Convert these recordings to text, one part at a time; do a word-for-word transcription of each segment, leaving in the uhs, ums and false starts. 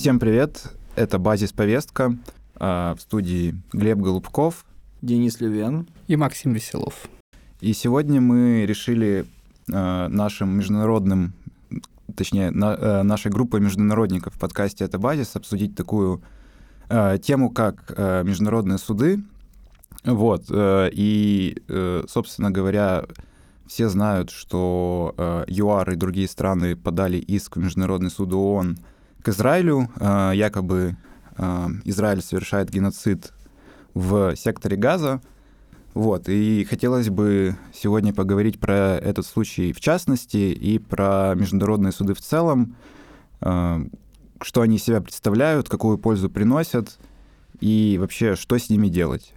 Всем привет, это «Базис Повестка», в студии Глеб Голубков, Денис Левен и Максим Веселов. И сегодня мы решили нашим международным, точнее, нашей группой международников в подкасте «Это Базис» обсудить такую тему, как международные суды. Вот, и, собственно говоря, все знают, что ЮАР и другие страны подали иск в Международный суд ООН к Израилю. Якобы Израиль совершает геноцид в секторе Газа. Вот, и хотелось бы сегодня поговорить про этот случай в частности и про международные суды в целом, что они из себя представляют, какую пользу приносят и вообще, что с ними делать.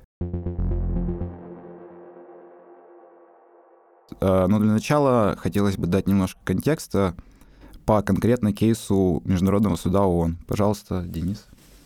Но для начала хотелось бы дать немножко контекста по конкретно кейсу Международного суда ООН. Пожалуйста, Денис.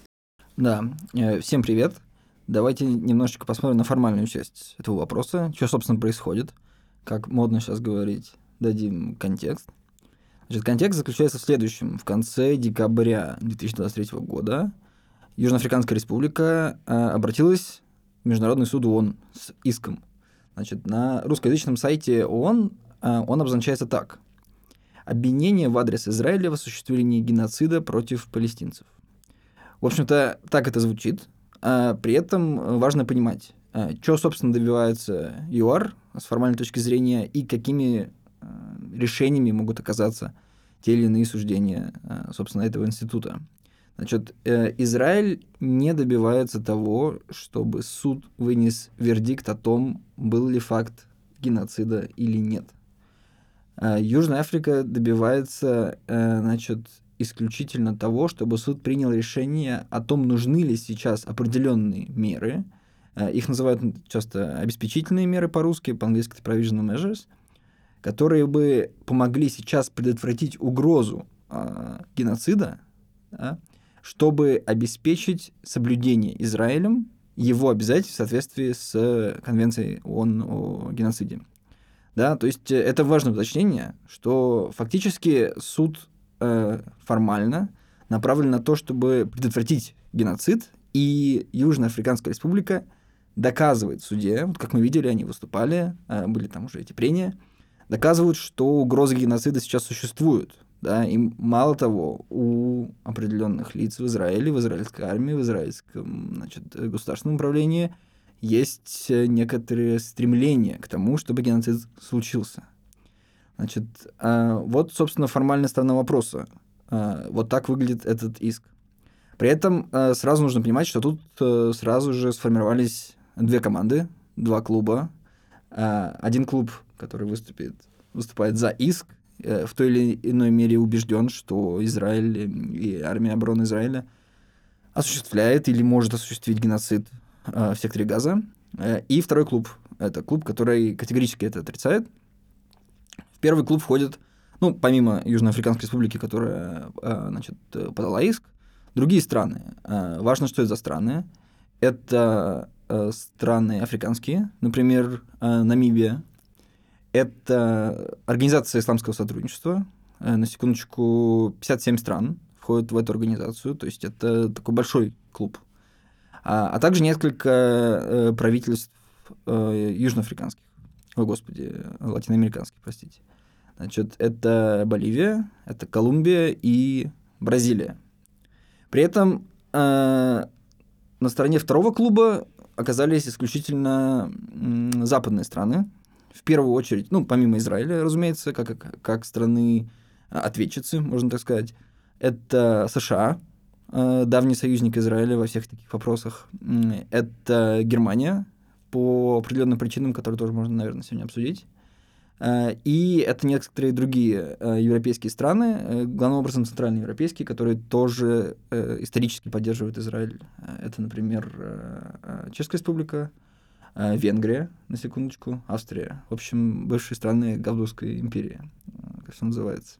Да, всем привет. Давайте немножечко посмотрим на формальную часть этого вопроса. Что, собственно, происходит? Как модно сейчас говорить, дадим контекст. Значит, контекст заключается в следующем. В конце декабря две тысячи двадцать третьего года Южноафриканская республика обратилась в Международный суд ООН с иском. Значит, на русскоязычном сайте ООН он обозначается так. Обвинение в адрес Израиля в осуществлении геноцида против палестинцев. В общем-то, так это звучит. А при этом важно понимать, что, собственно, добивается ЮАР с формальной точки зрения и какими решениями могут оказаться те или иные суждения, собственно, этого института. Значит, Израиль не добивается того, чтобы суд вынес вердикт о том, был ли факт геноцида или нет. Южная Африка добивается, значит, исключительно того, чтобы суд принял решение о том, нужны ли сейчас определенные меры. Их называют часто обеспечительные меры по-русски, по-английски это provisional measures, которые бы помогли сейчас предотвратить угрозу геноцида, да, чтобы обеспечить соблюдение Израилем его обязательств в соответствии с Конвенцией ООН о геноциде. Да, то есть это важное уточнение, что фактически суд э, формально направлен на то, чтобы предотвратить геноцид, и Южноафриканская республика доказывает в суде, вот как мы видели, они выступали, э, были там уже эти прения, доказывают, что угроза геноцида сейчас существует. Да, и мало того, у определенных лиц в Израиле, в израильской армии, в израильском, значит, государственном управлении есть некоторые стремления к тому, чтобы геноцид случился. Значит, вот, собственно, формальная сторона вопроса. Вот так выглядит этот иск. При этом сразу нужно понимать, что тут сразу же сформировались две команды, два клуба. Один клуб, который выступит, выступает за иск, в той или иной мере убежден, что Израиль и армия обороны Израиля осуществляет или может осуществить геноцид в секторе Газа. И второй клуб. Это клуб, который категорически это отрицает. В первый клуб входят, ну, помимо Южноафриканской республики, которая, значит, подала иск, другие страны. Важно, что это за страны. Это страны африканские, например, Намибия. Это Организация исламского сотрудничества. На секундочку, пятьдесят семь стран входят в эту организацию, то есть это такой большой клуб. А, а также несколько э, правительств э, южноафриканских, о господи, латиноамериканских, простите. Значит, это Боливия, это Колумбия и Бразилия. При этом э, на стороне второго клуба оказались исключительно м, западные страны. В первую очередь, ну, помимо Израиля, разумеется, как, как, как страны-ответчицы, можно так сказать, это США, э, давний союзник Израиля во всех таких вопросах. Это Германия, по определенным причинам, которые тоже можно, наверное, сегодня обсудить. Э, и это некоторые другие э, европейские страны, э, главным образом центральноевропейские, которые тоже э, исторически поддерживают Израиль. Это, например, э, Чешская республика, Венгрия, на секундочку, Австрия. В общем, бывшие страны Габсбургской империи, как все называется.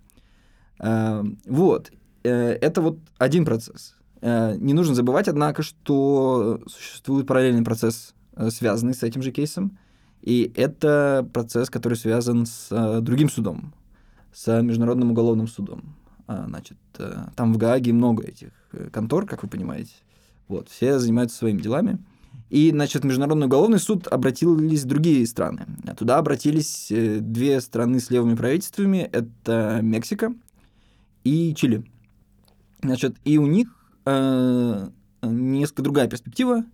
Вот. Это вот один процесс. Не нужно забывать, однако, что существует параллельный процесс, связанный с этим же кейсом, и это процесс, который связан с другим судом, с Международным уголовным судом. Значит, там в Гааге много этих контор, как вы понимаете. Вот, все занимаются своими делами. И, значит, в Международный уголовный суд обратились другие страны. Туда обратились две страны с левыми правительствами. Это Мексика и Чили. Значит, и у них э, несколько другая перспектива.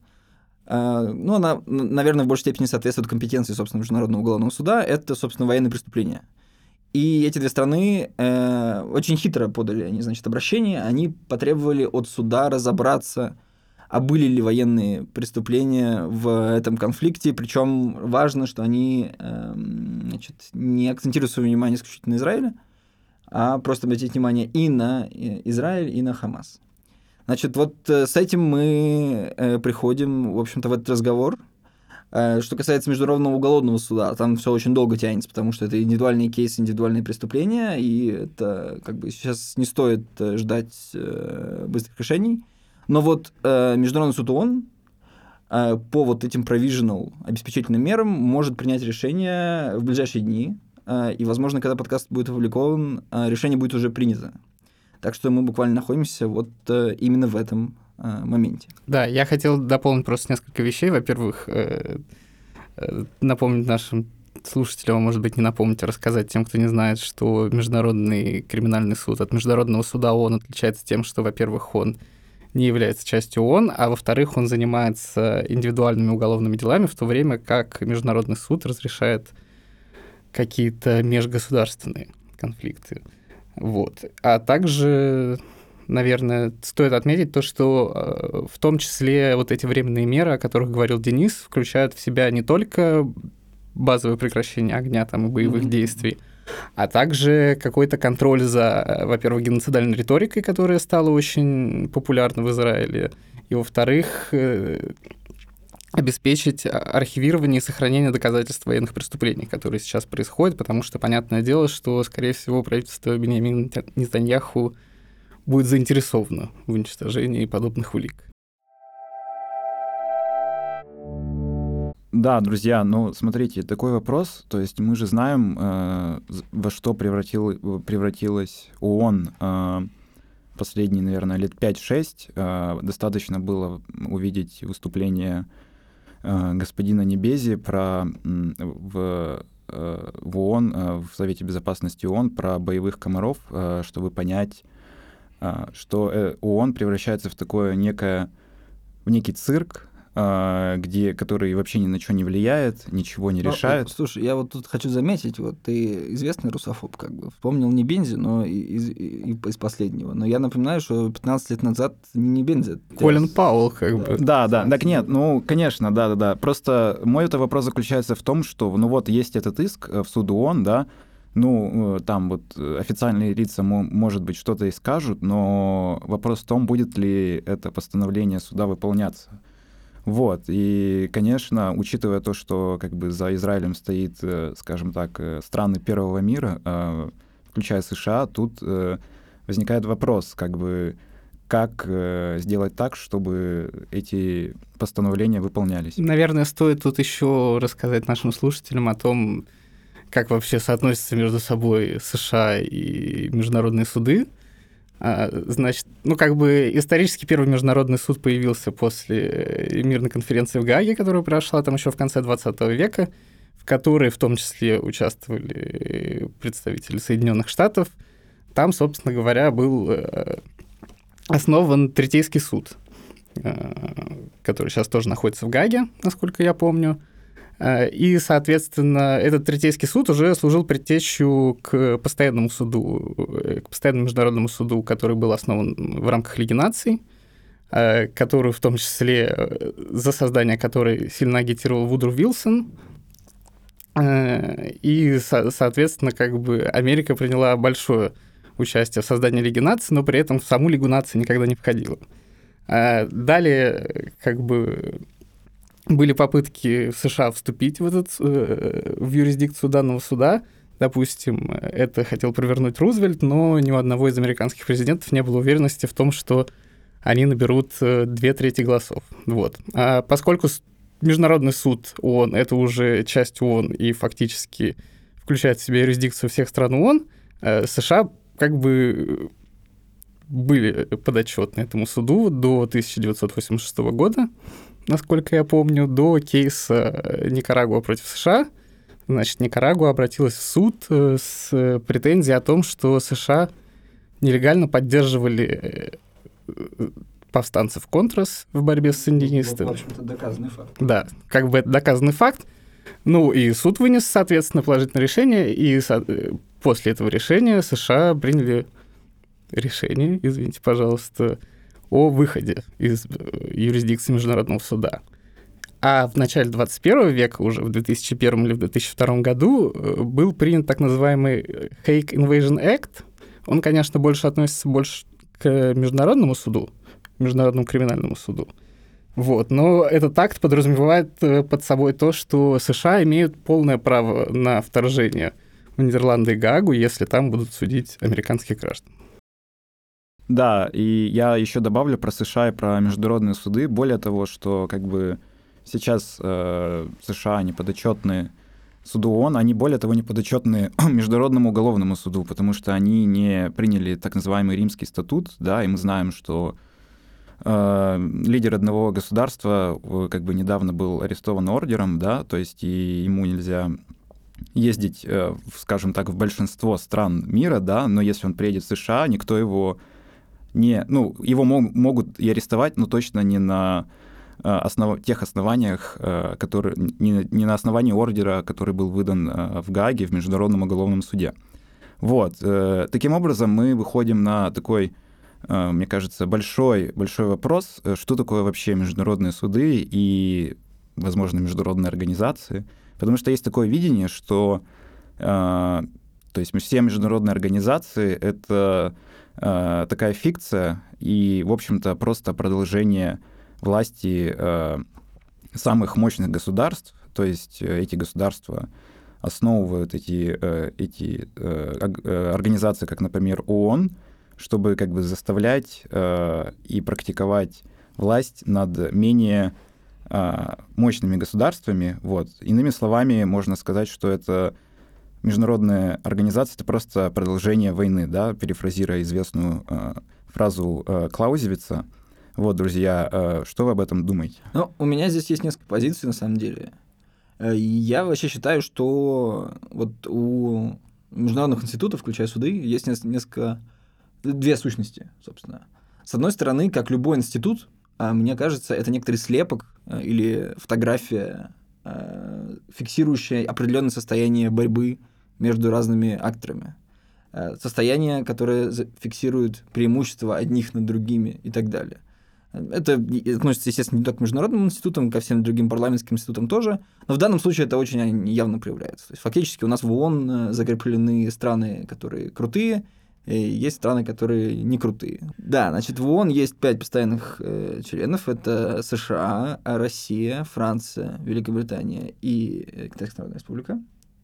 Э, ну, она, наверное, в большей степени соответствует компетенции, собственно, Международного уголовного суда. Это, собственно, военные преступления. И эти две страны э, очень хитро подали они, значит, обращение. Они потребовали от суда разобраться, а были ли военные преступления в этом конфликте. Причем важно, что они э, значит, не акцентируют свое внимание исключительно на Израиле, а просто обратить внимание и на Израиль, и на Хамас. Значит, вот с этим мы э, приходим, в общем-то, в этот разговор. Э, что касается Международного уголовного суда, там все очень долго тянется, потому что это индивидуальные кейсы, индивидуальные преступления, и это как бы сейчас не стоит ждать э, быстрых решений. Но вот э, Международный суд ООН э, по вот этим provisional обеспечительным мерам может принять решение в ближайшие дни, э, и, возможно, когда подкаст будет опубликован, э, решение будет уже принято. Так что мы буквально находимся вот э, именно в этом э, моменте. Да, я хотел дополнить просто несколько вещей. Во-первых, э, э, напомнить нашим слушателям, а может быть, не напомнить, а рассказать тем, кто не знает, что Международный криминальный суд от Международного суда ООН отличается тем, что, во-первых, он не является частью ООН, а во-вторых, он занимается индивидуальными уголовными делами, в то время как Международный суд разрешает какие-то межгосударственные конфликты. Вот. А также, наверное, стоит отметить то, что в том числе вот эти временные меры, о которых говорил Денис, включают в себя не только базовое прекращение огня там, и боевых mm-hmm. действий, а также какой-то контроль за, во-первых, геноцидальной риторикой, которая стала очень популярна в Израиле, и, во-вторых, обеспечить архивирование и сохранение доказательств военных преступлений, которые сейчас происходят, потому что, понятное дело, что, скорее всего, правительство Биньямина Нетаньяху будет заинтересовано в уничтожении подобных улик. Да, друзья, ну, смотрите, такой вопрос, то есть мы же знаем, э, во что превратил, превратилась ООН э, последние, наверное, лет пять-шесть. Э, достаточно было увидеть выступление э, господина Небези про, э, в, э, в ООН, э, в Совете Безопасности ООН про боевых комаров, э, чтобы понять, э, что э, ООН превращается в такое некое, в некий цирк, где, который вообще ни на что не влияет, ничего не решает. Ну, слушай, я вот тут хочу заметить, вот ты известный русофоб, как бы, вспомнил не Бензи, но из, из, из последнего. Но я напоминаю, что пятнадцать лет назад не Бензи. Колин Пауэлл, как да. бы. Да, да, так нет, ну, конечно, да-да-да. Просто мой это вопрос заключается в том, что, ну вот, есть этот иск в суд ООН, да, ну, там вот официальные лица, может быть, что-то и скажут, но вопрос в том, будет ли это постановление суда выполняться. Вот, и, конечно, учитывая то, что как бы за Израилем стоит, скажем так, страны первого мира, включая США, тут возникает вопрос, как бы, как сделать так, чтобы эти постановления выполнялись. Наверное, стоит тут еще рассказать нашим слушателям о том, как вообще соотносятся между собой США и международные суды. Значит, ну, как бы исторически первый международный суд появился после мирной конференции в Гааге, которая прошла там еще в конце двадцатого века, в которой в том числе участвовали представители Соединенных Штатов. Там, собственно говоря, был основан Третейский суд, который сейчас тоже находится в Гааге, насколько я помню. И, соответственно, этот Третейский суд уже служил предтечью к постоянному суду, к постоянному международному суду, который был основан в рамках Лиги наций, который в том числе, за создание которой сильно агитировал Вудро Вилсон. И, соответственно, как бы Америка приняла большое участие в создании Лиги наций, но при этом в саму Лигу наций никогда не входила. Далее, как бы... были попытки в США вступить в, этот, в юрисдикцию данного суда. Допустим, это хотел провернуть Рузвельт, но ни у одного из американских президентов не было уверенности в том, что они наберут две трети голосов. Вот. А поскольку Международный суд ООН — это уже часть ООН и фактически включает в себя юрисдикцию всех стран ООН, США как бы были подотчетны этому суду до тысяча девятьсот восемьдесят шестого года, насколько я помню, до кейса Никарагуа против США. Значит, Никарагуа обратилась в суд с претензией о том, что США нелегально поддерживали повстанцев Контрас в борьбе с сандинистами. В общем-то, доказанный факт. Да, как бы это доказанный факт. Ну, и суд вынес, соответственно, положительное решение, и после этого решения США приняли решение, извините, пожалуйста, о выходе из юрисдикции Международного суда. А в начале двадцать первого века, уже в две тысячи первом или в две тысячи втором году, был принят так называемый Hague Invasion Act. Он, конечно, больше относится больше к Международному суду, Международному криминальному суду. Вот. Но этот акт подразумевает под собой то, что США имеют полное право на вторжение в Нидерланды и Гаагу, если там будут судить американских граждан. Да, и я еще добавлю про США и про международные суды. Более того, что как бы сейчас э, США, они подотчетны суду ООН, они, более того, не подотчетны Международному уголовному суду, потому что они не приняли так называемый Римский статут, да, и мы знаем, что э, лидер одного государства э, как бы недавно был арестован ордером, да, то есть и ему нельзя ездить, э, скажем так, в большинство стран мира, да, но если он приедет в США, никто его не, ну, его мог, могут и арестовать, но точно не на Основ... тех основаниях, которые... не, не на основании ордера, который был выдан в Гааге в Международном уголовном суде. Вот. Таким образом, мы выходим на такой, мне кажется, большой, большой вопрос, что такое вообще международные суды и, возможно, международные организации. Потому что есть такое видение, что то есть все международные организации — это такая фикция и, в общем-то, просто продолжение власти э, самых мощных государств, то есть э, эти государства основывают эти, э, эти э, организации, как, например, ООН, чтобы как бы заставлять э, и практиковать власть над менее э, мощными государствами. Вот. Иными словами, можно сказать, что это международная организация — это просто продолжение войны, да, перефразируя известную э, фразу э, Клаузевица. Вот, друзья, что вы об этом думаете? Ну, у меня здесь есть несколько позиций, на самом деле. Я вообще считаю, что вот у международных институтов, включая суды, есть несколько... две сущности, собственно. С одной стороны, как любой институт, мне кажется, это некоторый слепок или фотография, фиксирующая определенное состояние борьбы между разными акторами. Состояние, которое фиксирует преимущества одних над другими и так далее. Это относится, естественно, не только к международным институтам, ко всем другим парламентским институтам тоже, но в данном случае это очень явно проявляется. То есть фактически у нас в ООН закреплены страны, которые крутые, и есть страны, которые не крутые. Да, значит, в ООН есть пять постоянных э, членов. Это США, Россия, Франция, Великобритания и Китайская Народная Республика.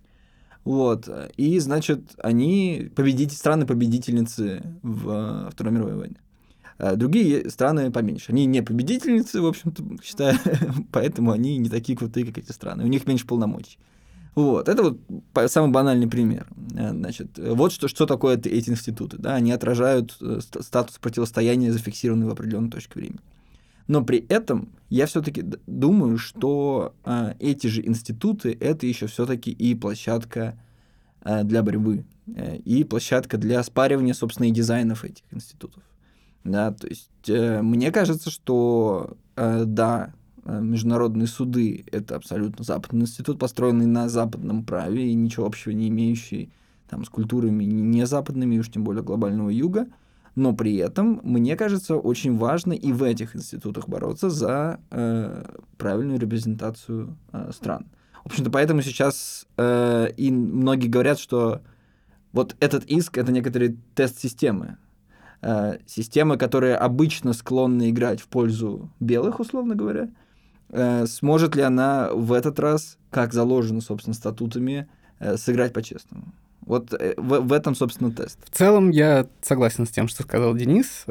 Вот. И, значит, они победители, страны-победительницы в Второй мировой войне. Другие страны поменьше. Они не победительницы, в общем-то, считаю, поэтому они не такие крутые, как эти страны. У них меньше полномочий. Вот. Это вот самый банальный пример. Значит, вот что, что такое эти институты. Да? Они отражают статус противостояния, зафиксированный в определенной точке времени. Но при этом я все-таки думаю, что эти же институты — это еще все-таки и площадка для борьбы, и площадка для спаривания, собственно, и дизайнов этих институтов. Да, то есть э, мне кажется, что э, да, международные суды — это абсолютно западный институт, построенный на западном праве и ничего общего не имеющий там, с культурами не западными, уж тем более глобального юга. Но при этом, мне кажется, очень важно и в этих институтах бороться за э, правильную репрезентацию э, стран. В общем-то, поэтому сейчас э, и многие говорят, что вот этот иск — это некоторый тест системы. Системы, которые обычно склонны играть в пользу белых, условно говоря, сможет ли она в этот раз, как заложено, собственно, статутами, сыграть по-честному? Вот в, в этом, собственно, тест. В целом я согласен с тем, что сказал Денис.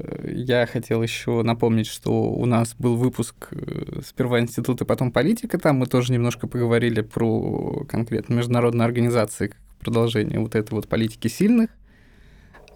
Я хотел еще напомнить, что у нас был выпуск сперва института, потом политика. Там мы тоже немножко поговорили про конкретно международные организации, как продолжение вот этой вот политики сильных.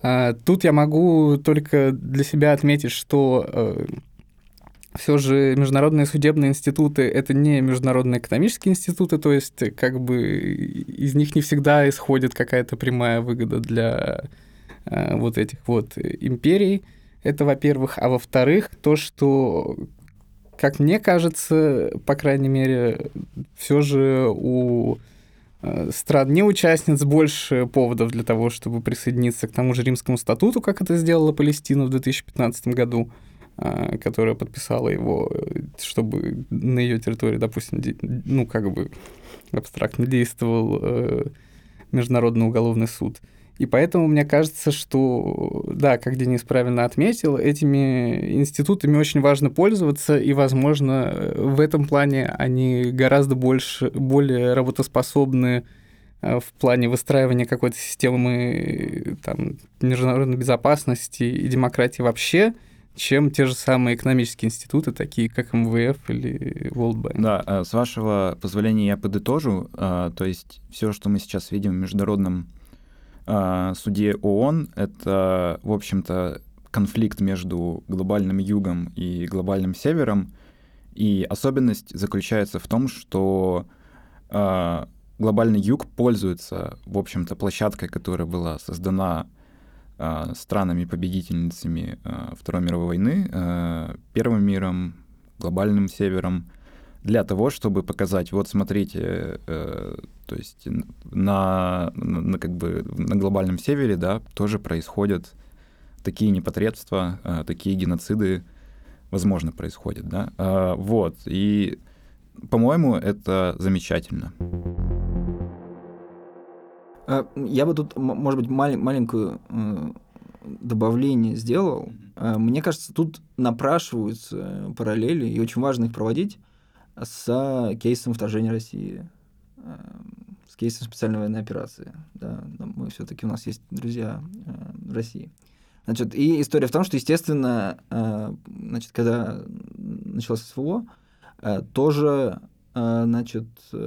Тут я могу только для себя отметить, что все же международные судебные институты — это не международные экономические институты, то есть как бы из них не всегда исходит какая-то прямая выгода для вот этих вот империй. Это, во-первых. А во-вторых, то, что, как мне кажется, по крайней мере, все же у стран-неучастниц больше поводов для того, чтобы присоединиться к тому же Римскому статуту, как это сделала Палестина в две тысячи пятнадцатом году, которая подписала его, чтобы на ее территории, допустим, де- ну, как бы абстрактно действовал э, Международный уголовный суд. И поэтому мне кажется, что, да, как Денис правильно отметил, этими институтами очень важно пользоваться, и, возможно, в этом плане они гораздо больше, более работоспособны в плане выстраивания какой-то системы там, международной безопасности и демократии вообще, чем те же самые экономические институты, такие как эм вэ эф или World Bank. Да, с вашего позволения я подытожу. То есть все, что мы сейчас видим в международном суде ООН, это, в общем-то, конфликт между глобальным югом и глобальным севером. И особенность заключается в том, что глобальный юг пользуется, в общем-то, площадкой, которая была создана странами-победительницами Второй мировой войны, Первым миром, глобальным севером, для того, чтобы показать, вот смотрите, э, то есть на, на, как бы на глобальном севере, да, тоже происходят такие непотребства, э, такие геноциды, возможно, происходят, да, э, вот, и, по-моему, это замечательно. Я бы тут, может быть, мал- маленькую э, добавление сделал. Мне кажется, тут напрашиваются параллели, и очень важно их проводить с кейсом вторжения России, с кейсом специальной военной операции. Да, мы все-таки, у нас есть друзья в России. Значит, и история в том, что, естественно, значит, когда началось СВО, тоже, значит,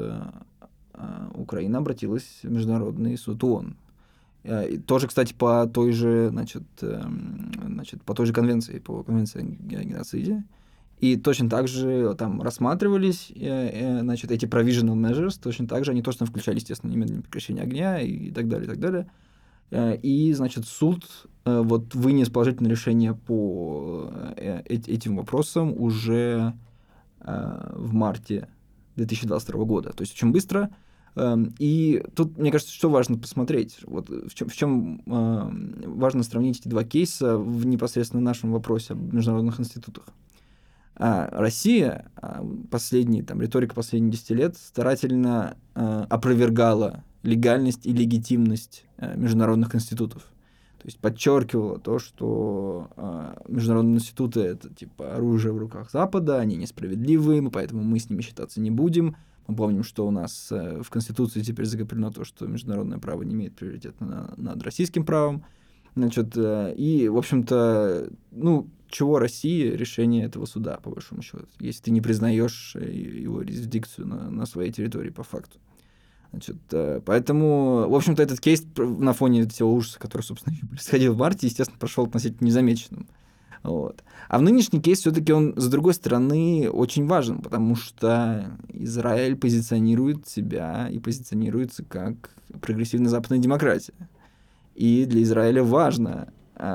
Украина обратилась в Международный суд ООН. И тоже, кстати, по той же, значит, значит, по той же конвенции, по конвенции о геноциде. И точно так же там рассматривались, значит, эти provisional measures, точно так же они точно включали, естественно, немедленное прекращение огня и так далее, и так далее. И, значит, суд вот вынес положительное решение по этим вопросам уже в марте две тысячи двадцать второго года. То есть очень быстро. И тут, мне кажется, что важно посмотреть. Вот в чем, в чем важно сравнить эти два кейса в непосредственно нашем вопросе об международных институтах. А Россия, последние, там, риторика последних десяти лет старательно а, опровергала легальность и легитимность а, международных институтов. То есть подчеркивала то, что а, международные институты — это типа оружие в руках Запада, они несправедливы, поэтому мы с ними считаться не будем. Мы помним, что у нас а, в Конституции теперь закреплено то, что международное право не имеет приоритета на, над российским правом. Значит, а, и, в общем-то, ну, чего России решение этого суда, по большому счету, если ты не признаешь его юрисдикцию на, на своей территории по факту. Значит, поэтому, в общем-то, этот кейс на фоне всего ужаса, который, собственно, происходил в марте, естественно, прошел относительно незамеченным. Вот. А в нынешний кейс все-таки он, с другой стороны, очень важен, потому что Израиль позиционирует себя и позиционируется как прогрессивная западная демократия. И для Израиля важно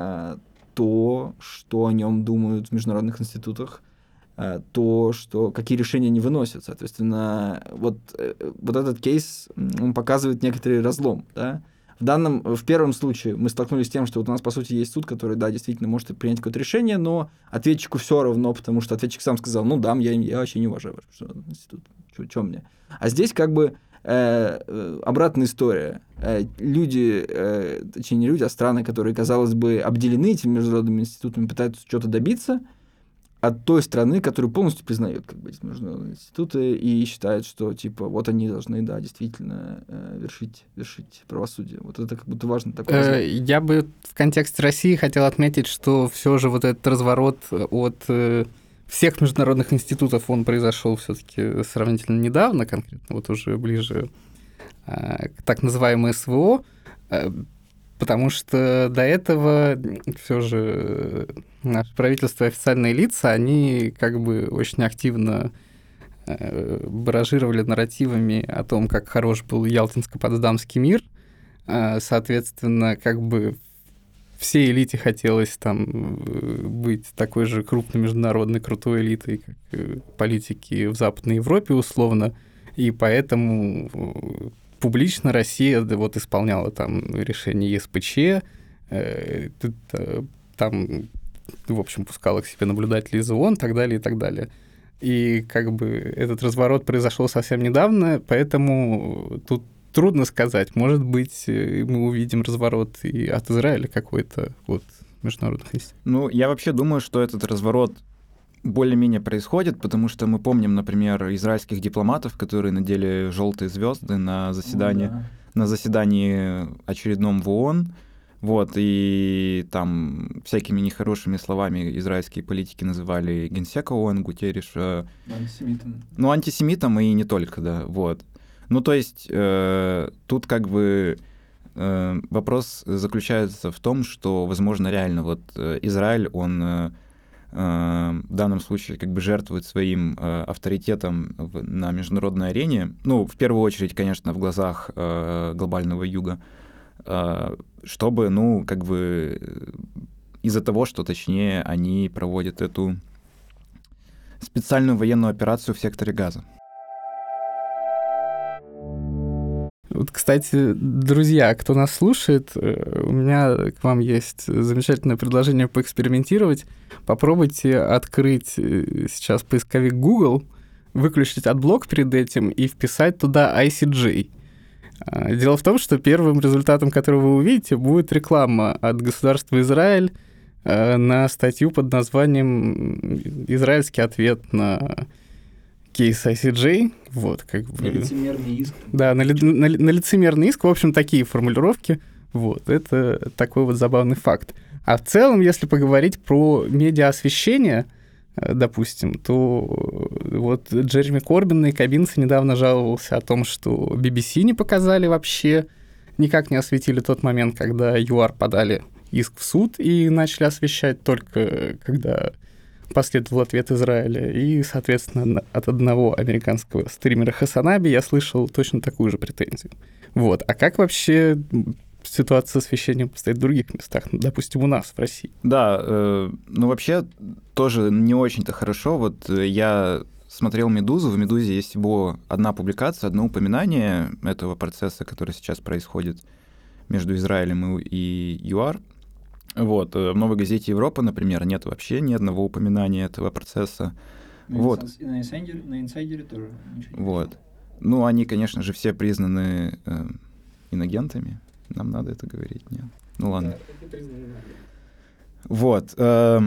то, что о нем думают в международных институтах, то, что, какие решения они выносят. Соответственно, вот, вот этот кейс, он показывает некоторый разлом. Да? В, данном, в первом случае мы столкнулись с тем, что вот у нас, по сути, есть суд, который, да, действительно может принять какое-то решение, но ответчику все равно, потому что ответчик сам сказал, ну да, я, я вообще не уважаю ваш международный институт, что мне. А здесь как бы Э, обратная история. Э, люди, э, точнее не люди, а страны, которые, казалось бы, обделены этими международными институтами, пытаются что-то добиться от той страны, которая полностью признает как бы, эти международные институты и считает, что типа вот они должны, да, действительно э, вершить, вершить правосудие. Вот это как будто важно. Такое. Я бы в контексте России хотел отметить, что все же вот этот разворот от всех международных институтов, он произошел все-таки сравнительно недавно, конкретно вот уже ближе к так называемой СВО. потому что до этого все же наше правительство и официальные лица, они как бы очень активно баражировали нарративами о том, как хорош был Ялтинско-Потсдамский мир. Соответственно, как бы всей элите хотелось там быть такой же крупной международной крутой элитой, как политики в Западной Европе условно, и поэтому публично Россия вот исполняла там решения ЕСПЧ, там, в общем, пускала к себе наблюдателей из ООН и так далее, и так далее. И как бы этот разворот произошел совсем недавно, поэтому тут трудно сказать. Может быть, мы увидим разворот и от Израиля какой-то вот международных институтов. Ну, я вообще думаю, что этот разворот более-менее происходит, потому что мы помним, например, израильских дипломатов, которые надели желтые звезды на заседании, ну, да. на заседании очередном в ООН. Вот, и там всякими нехорошими словами израильские политики называли генсека ООН Гутерриша. Антисемитом. Ну, антисемитом и не только, да, вот. Ну, то есть э, тут как бы э, вопрос заключается в том, что, возможно, реально вот э, Израиль, он э, э, в данном случае как бы жертвует своим э, авторитетом в, на международной арене, ну, в первую очередь, конечно, в глазах э, глобального юга, э, чтобы, ну, как бы из-за того, что, точнее, они проводят эту специальную военную операцию в секторе Газа. Вот, кстати, друзья, кто нас слушает, у меня к вам есть замечательное предложение поэкспериментировать. Попробуйте открыть сейчас поисковик Google, выключить отблок перед этим и вписать туда ай си джей. Дело в том, что первым результатом, который вы увидите, будет реклама от государства Израиль на статью под названием «Израильский ответ на кейс ай си джей». Вот, как бы... На лицемерный иск. Да, на, ли, на, на лицемерный иск, в общем, такие формулировки. Вот, это такой вот забавный факт. А в целом, если поговорить про медиаосвещение, допустим, то вот Джереми Корбин на якобинцы недавно жаловался о том, что би би си не показали вообще, никак не осветили тот момент, когда ЮАР подали иск в суд и начали освещать только когда последовал ответ Израиля. И, соответственно, от одного американского стримера Хасанаби я слышал точно такую же претензию. Вот. А как вообще ситуация с освещением стоит в других местах, допустим, у нас в России? Да, э, ну вообще тоже не очень-то хорошо. Вот я смотрел «Медузу», в «Медузе» есть всего одна публикация, одно упоминание этого процесса, который сейчас происходит между Израилем и ЮАР. Вот. В «Новой газете Европа», например, нет вообще ни одного упоминания этого процесса. На, вот. на, инсайдере, на инсайдере тоже ничего не вот. Ну, они, конечно же, все признаны э, инагентами. Нам надо это говорить, нет? Ну, ладно. Да, вот. Э,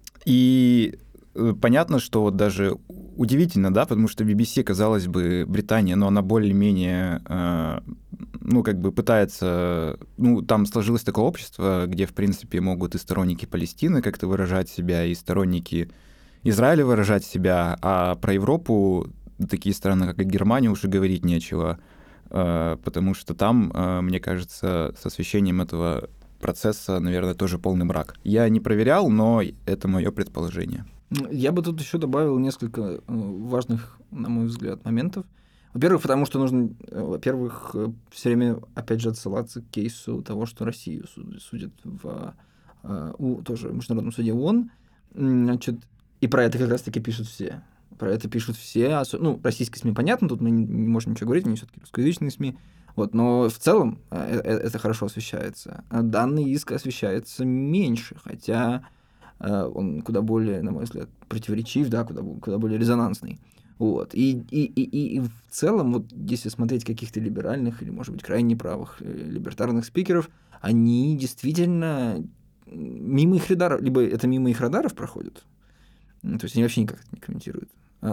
и понятно, что вот даже удивительно, да, потому что би би си, казалось бы, Британия, но она более-менее, э, ну, как бы пытается... Ну, там сложилось такое общество, где, в принципе, могут и сторонники Палестины как-то выражать себя, и сторонники Израиля выражать себя, а про Европу такие страны, как и Германия, уже говорить нечего, э, потому что там, э, мне кажется, с освещением этого процесса, наверное, тоже полный брак. Я не проверял, но это мое предположение. Я бы тут еще добавил несколько важных, на мой взгляд, моментов. Во-первых, потому что нужно, во-первых, все время, опять же, отсылаться к кейсу того, что Россию судят в у, тоже в Международном суде ООН. Значит, и про это как раз-таки пишут все. Про это пишут все. Ну, российские СМИ, понятно, тут мы не можем ничего говорить, они все-таки русскоязычные СМИ. Вот, но в целом это хорошо освещается. Данный иск освещается меньше, хотя он куда более, на мой взгляд, противоречив, да, куда, куда более резонансный. Вот. И, и, и, и в целом, вот, если смотреть каких-то либеральных или, может быть, крайне правых либертарных спикеров, они действительно мимо их радаров, либо это мимо их радаров проходит, то есть они вообще никак это не комментируют,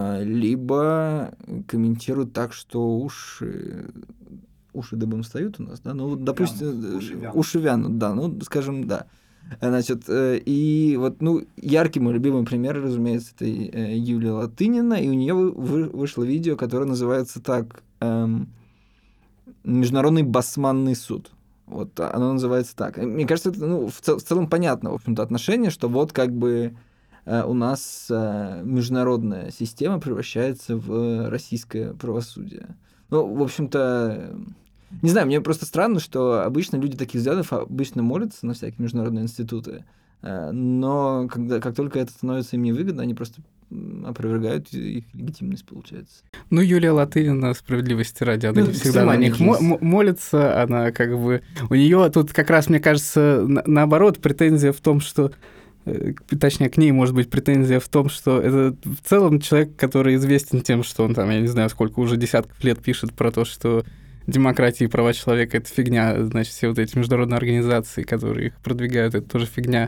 либо комментируют так, что уши, уши дыбом встают у нас, да, ну, вот, допустим, вянут, уши, вянут. уши вянут, да, ну, скажем, да. Значит, и вот, ну, яркий мой любимый пример, разумеется, это Юлия Латынина, и у нее вышло видео, которое называется так «Международный басманный суд». Вот оно называется так. Мне кажется, это ну, в, цел, в целом понятно, в общем-то, отношение, что вот как бы э, у нас э, международная система превращается в российское правосудие. Ну, в общем-то, не знаю, мне просто странно, что обычно люди таких взглядов обычно молятся на всякие международные институты, э, но когда, как только это становится им невыгодно, они просто опровергают их легитимность, получается. Ну, Юлия Латынина, справедливости ради, она ну, не всегда на них мо- молится, она как бы... У нее тут как раз, мне кажется, на- наоборот, претензия в том, что... Точнее, к ней может быть претензия в том, что это в целом человек, который известен тем, что он там, я не знаю, сколько уже десятков лет пишет про то, что демократия и права человека — это фигня, значит, все вот эти международные организации, которые их продвигают, это тоже фигня,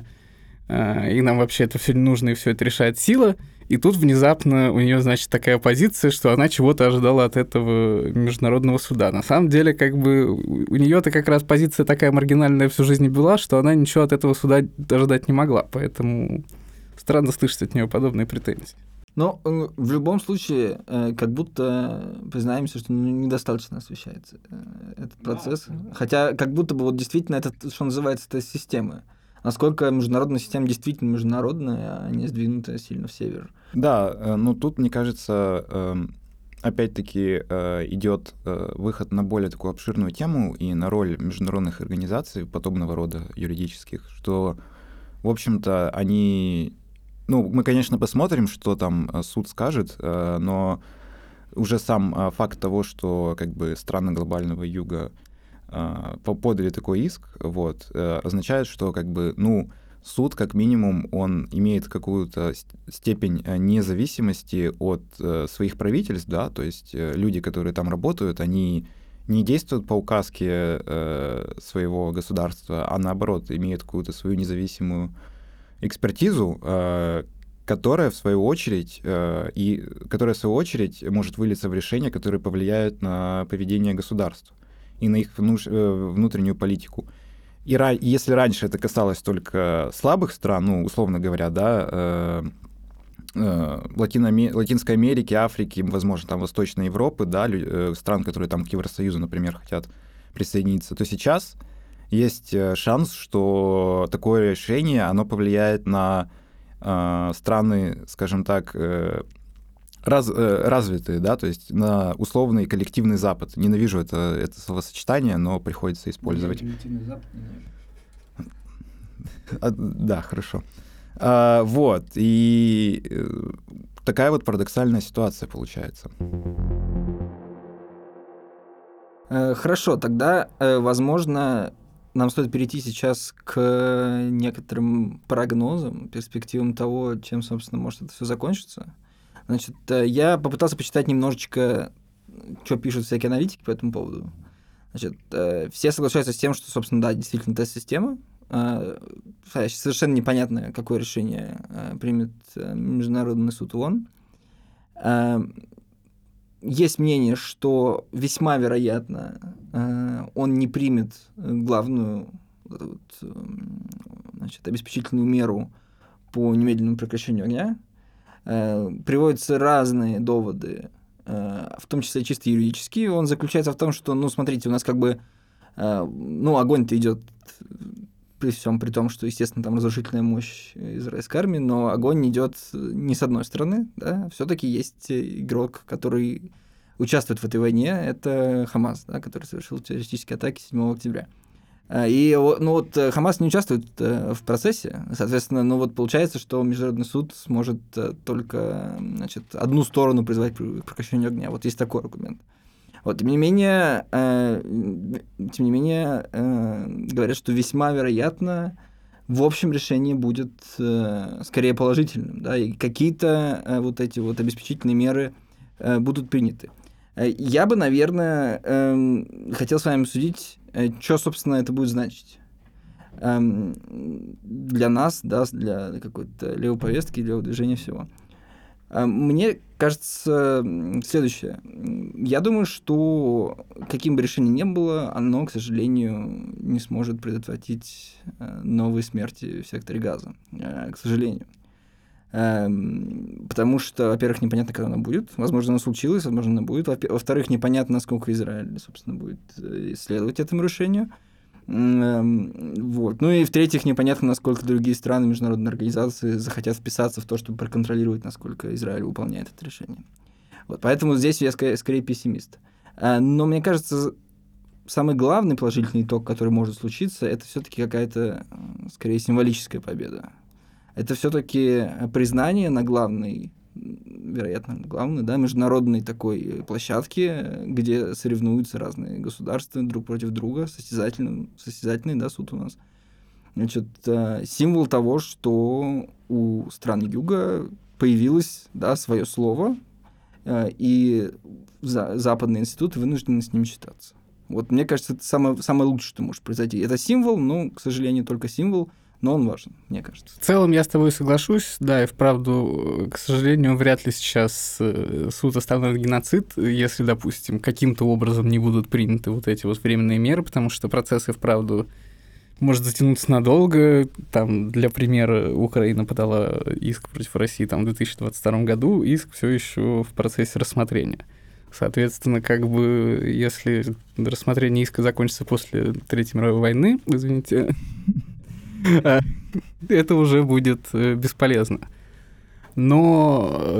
и нам вообще это все не нужно, и все это решает сила. И тут внезапно у нее, значит, такая позиция, что она чего-то ожидала от этого международного суда. На самом деле, как бы, у нее-то как раз позиция такая маргинальная всю жизнь была, что она ничего от этого суда ожидать не могла. Поэтому странно слышать от нее подобные претензии. Но в любом случае, как будто признаемся, что недостаточно освещается этот процесс. Да. Хотя как будто бы вот действительно это, что называется, это система. Насколько международная система действительно международная, а не сдвинутая сильно в север. Да, ну тут, мне кажется, опять-таки идет выход на более такую обширную тему и на роль международных организаций подобного рода юридических, что, в общем-то, они... Ну, мы, конечно, посмотрим, что там суд скажет, но уже сам факт того, что как бы страны глобального юга подали такой иск, вот, означает, что как бы, ну, суд, как минимум, он имеет какую-то степень независимости от своих правительств, да, то есть люди, которые там работают, они не действуют по указке своего государства, а наоборот, имеют какую-то свою независимую экспертизу, которая, в свою очередь, и которая, в свою очередь, может вылиться в решения, которые повлияют на поведение государства и на их внутреннюю политику. И если раньше это касалось только слабых стран, ну, условно говоря, да, э, э, Латино- Латинской Америки, Африки, возможно, там Восточной Европы, да, э, стран, которые там к Евросоюзу, например, хотят присоединиться, то сейчас есть шанс, что такое решение, оно повлияет на э, страны, скажем так, э, Раз, э, развитые, да, то есть на условный коллективный Запад. Ненавижу это, это словосочетание, но приходится использовать. Коллективный Запад ненавижу. А, да, хорошо. А, вот, и э, такая вот парадоксальная ситуация получается. Э, хорошо, тогда, э, возможно, нам стоит перейти сейчас к некоторым прогнозам, перспективам того, чем, собственно, может это все закончиться. Значит, я попытался почитать немножечко, что пишут всякие аналитики по этому поводу. Значит, все соглашаются с тем, что, собственно, да, действительно тест-система. Совершенно непонятно, какое решение примет Международный суд ООН. Есть мнение, что весьма вероятно он не примет главную значит, обеспечительную меру по немедленному прекращению огня. Приводятся разные доводы, в том числе чисто юридические. Он заключается в том, что, ну, смотрите, у нас как бы, ну, огонь-то идет при всем при том, что, естественно, там разрушительная мощь израильской армии, но огонь идет не с одной стороны, да, все-таки есть игрок, который участвует в этой войне, это Хамас, да, который совершил террористические атаки седьмого октября. И ну вот Хамас не участвует в процессе, соответственно, ну вот получается, что Международный суд сможет только, значит, одну сторону призвать к прекращению огня. Вот есть такой аргумент. Вот, тем не менее, э, тем не менее э, говорят, что весьма вероятно в общем решение будет э, скорее положительным, да, и какие-то э, вот эти вот обеспечительные меры э, будут приняты. Я бы, наверное, э, хотел с вами обсудить, э, что, собственно, это будет значить э, для нас, да, для какой-то левой повестки, левого движения всего. Э, мне кажется следующее. Я думаю, что каким бы решением ни было, оно, к сожалению, не сможет предотвратить э, новые смерти в секторе Газа, э, к сожалению. Потому что, во-первых, непонятно, когда она будет. Возможно, она случилась, возможно, она будет. Во-вторых, непонятно, насколько Израиль, собственно, будет следовать этому решению. Вот. Ну и в-третьих, непонятно, насколько другие страны, международные организации захотят вписаться в то, чтобы проконтролировать, насколько Израиль выполняет это решение. Вот. Поэтому здесь я скорее, скорее пессимист. Но мне кажется, самый главный положительный итог, который может случиться, это все-таки какая-то, скорее, символическая победа. Это все-таки признание на главной, вероятно, главной, да, международной такой площадке, где соревнуются разные государства друг против друга, состязательный, состязательный, да, суд у нас. Значит, символ того, что у стран Юга появилось, да, свое слово, и западные институты вынуждены с ним считаться. Вот, мне кажется, это самое, самое лучшее, что может произойти. Это символ, но, к сожалению, только символ, но он важен, мне кажется. В целом я с тобой соглашусь, да, и вправду, к сожалению, вряд ли сейчас суд остановит геноцид, если, допустим, каким-то образом не будут приняты вот эти вот временные меры, потому что процесс и вправду может затянуться надолго. Там, для примера, Украина подала иск против России там, в две тысячи двадцать втором году, иск все еще в процессе рассмотрения. Соответственно, как бы, если рассмотрение иска закончится после Третьей мировой войны, извините, это уже будет бесполезно. Но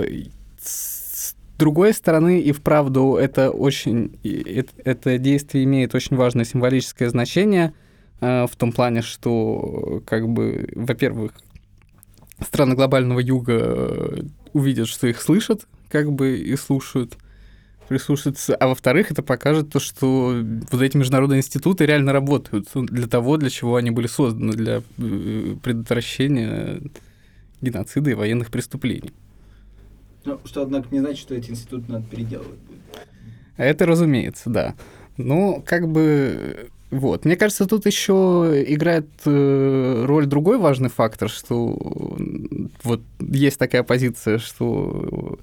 с другой стороны, и вправду это очень, это действие имеет очень важное символическое значение в том плане, что, как бы, во-первых, страны глобального юга увидят, что их слышат, как бы, и слушают, прислушаться, а во-вторых, это покажет то, что вот эти международные институты реально работают для того, для чего они были созданы, для предотвращения геноцида и военных преступлений. Ну, что, однако, не значит, что эти институты надо переделывать будет. Это, разумеется, да. Но, как бы, вот. Мне кажется, тут еще играет роль другой важный фактор, что вот есть такая позиция, что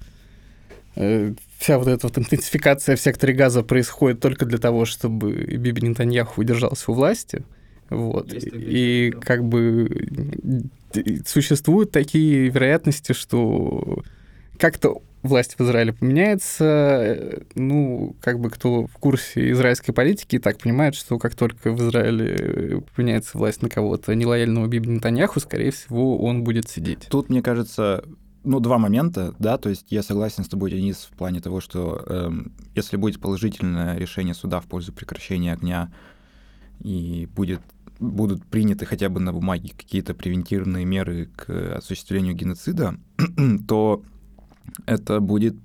вся вот эта вот интенсификация в секторе Газа происходит только для того, чтобы Биби Нетаньяху удержался у власти. Вот. И да. Как бы существуют такие вероятности, что как-то власть в Израиле поменяется. Ну, как бы кто в курсе израильской политики, так понимает, что как только в Израиле поменяется власть на кого-то нелояльного Биби Нетаньяху, скорее всего, он будет сидеть. Тут, мне кажется, ну, два момента, да, то есть я согласен с тобой, Денис, в плане того, что э, если будет положительное решение суда в пользу прекращения огня и будет, будут приняты хотя бы на бумаге какие-то превентивные меры к осуществлению геноцида, то это будет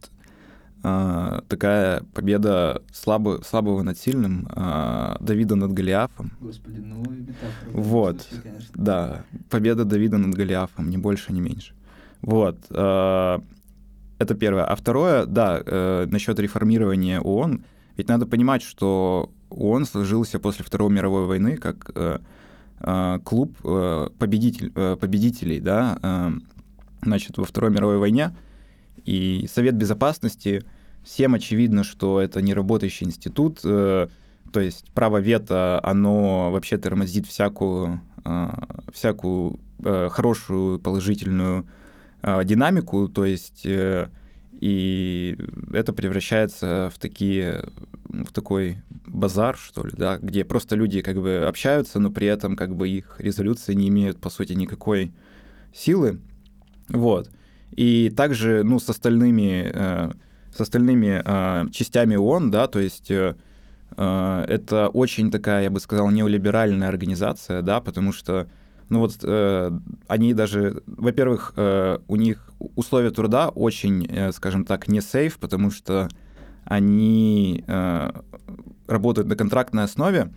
э, такая победа слабо, слабого над сильным, э, Давида над Голиафом. Господи, ну и метафора. Вот, конечно. Да, победа Давида над Голиафом, ни больше, ни меньше. Вот, это первое. А второе, да, насчет реформирования ООН. Ведь надо понимать, что ООН сложился после Второй мировой войны как клуб победитель, победителей, да, значит, во Второй мировой войне. И Совет Безопасности, всем очевидно, что это не работающий институт, то есть право вето, оно вообще тормозит всякую, всякую хорошую, положительную динамику, то есть э, и это превращается в такие, в такой базар, что ли, да, где просто люди как бы общаются, но при этом как бы их резолюции не имеют, по сути, никакой силы, вот. И также, ну, с остальными, э, с остальными э, частями ООН, да, то есть э, э, это очень такая, я бы сказал, неолиберальная организация, да, потому что ну вот э, они даже, во-первых, э, у них условия труда очень, э, скажем так, не сейф, потому что они э, работают на контрактной основе,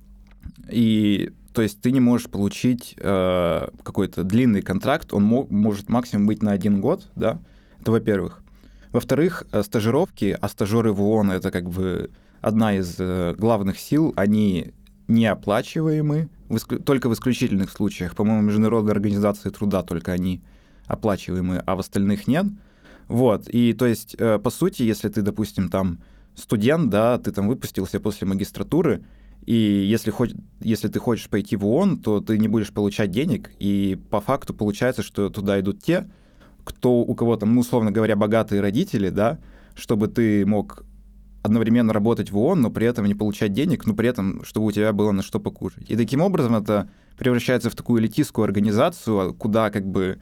и то есть ты не можешь получить э, какой-то длинный контракт, он мо- может максимум быть на один год, да, это во-первых. Во-вторых, стажировки, а стажеры в ООН — это как бы одна из э, главных сил, они неоплачиваемы, в иск... только в исключительных случаях. По-моему, Международная организация труда только они оплачиваемы, а в остальных нет. Вот, и то есть, э, по сути, если ты, допустим, там студент, да, ты там выпустился после магистратуры, и если, хоть, если ты хочешь пойти в ООН, то ты не будешь получать денег, и по факту получается, что туда идут те, кто, у кого там, ну, условно говоря, богатые родители, да, чтобы ты мог одновременно работать в ООН, но при этом не получать денег, но при этом, чтобы у тебя было на что покушать. И таким образом это превращается в такую элитистскую организацию, куда как бы,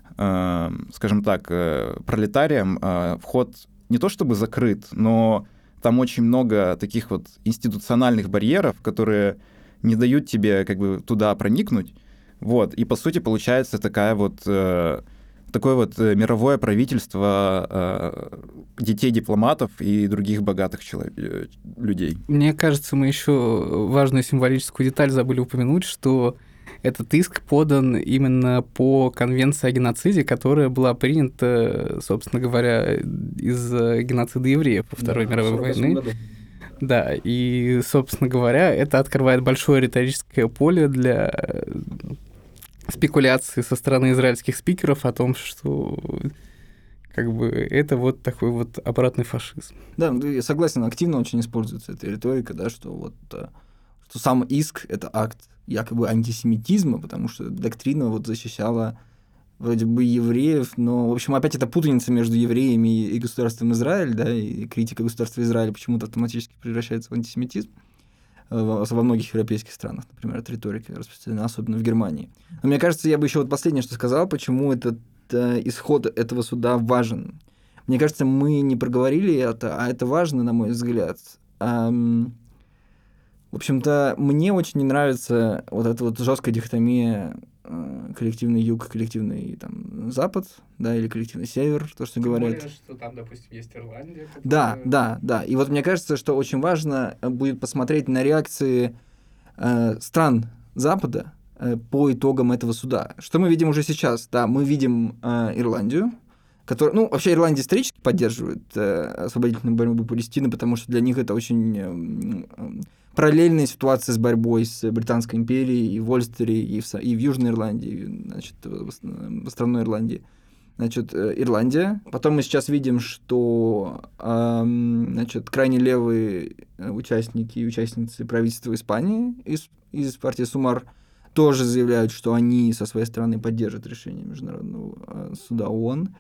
э, скажем так, э, пролетариям э, вход не то чтобы закрыт, но там очень много таких вот институциональных барьеров, которые не дают тебе как бы туда проникнуть. Вот. И, по сути, получается такая вот, э, такое вот мировое правительство э, детей дипломатов и других богатых человек, людей. Мне кажется, мы еще важную символическую деталь забыли упомянуть, что этот иск подан именно по конвенции о геноциде, которая была принята, собственно говоря, из-за геноцида евреев во Второй да, мировой войны. Году. Да, и, собственно говоря, это открывает большое риторическое поле для спекуляции со стороны израильских спикеров о том, что как бы это вот такой вот обратный фашизм. Да, я согласен, активно очень используется эта риторика, да, что вот что сам иск — это акт якобы антисемитизма, потому что доктрина вот защищала вроде бы евреев, но, в общем, опять это путаница между евреями и государством Израиль, да, и критика государства Израиля почему-то автоматически превращается в антисемитизм во многих европейских странах, например, эта риторика распространена, особенно в Германии. Но мне кажется, я бы еще вот последнее, что сказал, почему этот э, исход этого суда важен. Мне кажется, мы не проговорили это, а это важно, на мой взгляд. Эм, в общем-то, мне очень не нравится вот эта вот жесткая дихотомия э, коллективный юг, коллективный там, запад, да, или коллективный север, то, что Тем говорят. Более, что там, допустим, есть Ирландия. Которая... Да, да, да. И вот мне кажется, что очень важно будет посмотреть на реакции э, стран Запада э, по итогам этого суда. Что мы видим уже сейчас? Да, мы видим э, Ирландию, которая, ну, вообще Ирландия исторически поддерживает э, освободительную борьбу Палестины, потому что для них это очень э, э, параллельная ситуация с борьбой с Британской империей и в Ольстере, и в, и в Южной Ирландии, значит, в островной Ирландии. Значит, Ирландия. Потом мы сейчас видим, что э, значит, крайне левые участники и участницы правительства Испании из, из партии Сумар тоже заявляют, что они со своей стороны поддержат решение Международного суда ООН.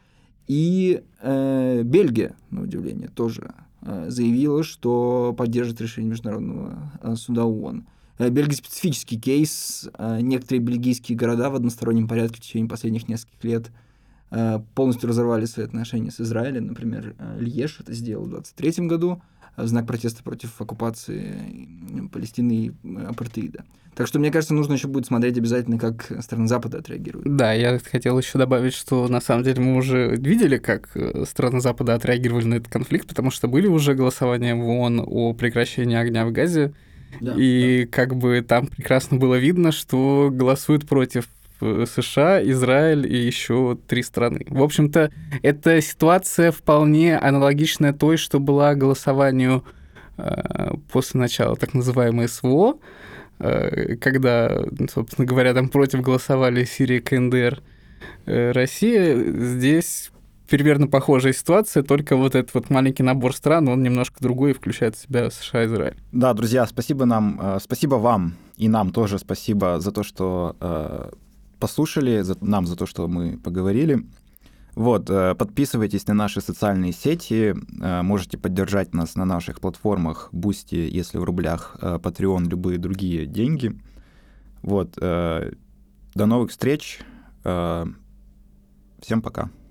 И э, Бельгия, на удивление, тоже э, заявила, что поддержит решение Международного э, суда ООН. Э, Бельгия специфический кейс. Э, некоторые бельгийские города в одностороннем порядке в течение последних нескольких лет э, полностью разорвали свои отношения с Израилем. Например, э, Льеж это сделал в двадцать третьем году в знак протеста против оккупации Палестины и апартеида. Так что, мне кажется, нужно еще будет смотреть обязательно, как страны Запада отреагируют. Да, я хотел еще добавить, что на самом деле мы уже видели, как страны Запада отреагировали на этот конфликт, потому что были уже голосования в ООН о прекращении огня в Газе, да, и да. как бы там прекрасно было видно, что голосуют против США, Израиль и еще три страны. В общем-то, эта ситуация вполне аналогичная той, что была голосованию э, после начала так называемой СВО, э, когда, собственно говоря, там против голосовали Сирия, КНДР, э, Россия. Здесь примерно похожая ситуация, только вот этот вот маленький набор стран, он немножко другой и включает в себя США и Израиль. Да, друзья, спасибо нам, э, спасибо вам и нам тоже спасибо за то, что э, послушали, за, нам за то, что мы поговорили. Вот, э, подписывайтесь на наши социальные сети, э, можете поддержать нас на наших платформах Boosty, если в рублях, э, Patreon, любые другие деньги. Вот, э, до новых встреч, э, всем пока.